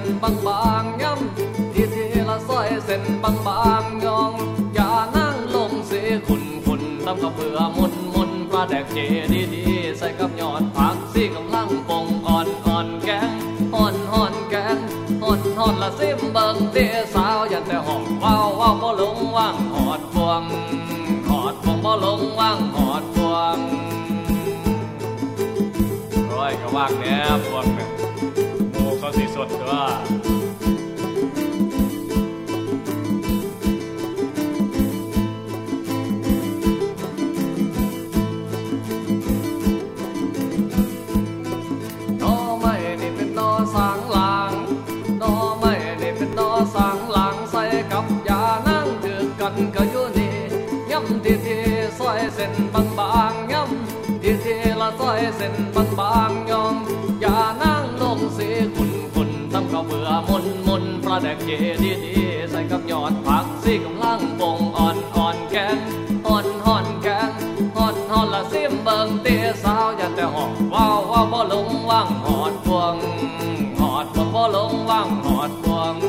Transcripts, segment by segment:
บางๆย้ำทีละซอยเส้นบางๆยองอย่านั่งลงเสียขุนตำกับเบื่อมุนปลาแดกเจดีใส่กับยอดผักซี่กำลังปงอ่อนแกงห่อนแกงห่อนละซิมเบิ่งเตี้ยสาวยันแต่ห้องว้าวบ่ลงว่างหอดพวงบ่ลงว่างหอดพวงร้อยก็ว่างแน่พวงเนี่ยโมเขาสีสดด้วยก็อยู่นี่ย้ำทีซอยเส้นบางย้ำทีละซอยเส้นบางยองอย่านั่งลงเสียขุนทำข้าวเบื่อมุนปลาแดกเจดีใส่กับยอดผักซี่กำลังปงอ่อนแกงห่อนแกงห่อนละซิมเบิ่งเตี้ยสาวอย่าแต่ห้องว้าวบ่ลงว่างหอดพวงบ่ลงว่างหอดพวง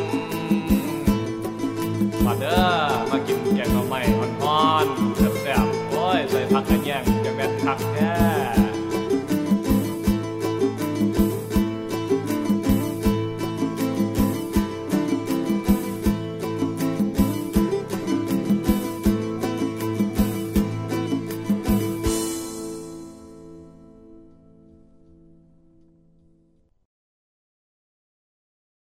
มาเด้อมากินแกงหน่อไม้ฮ้อนๆแซ่บๆโอ้ยใส่ผักกระแยงจะแม่นคักแท้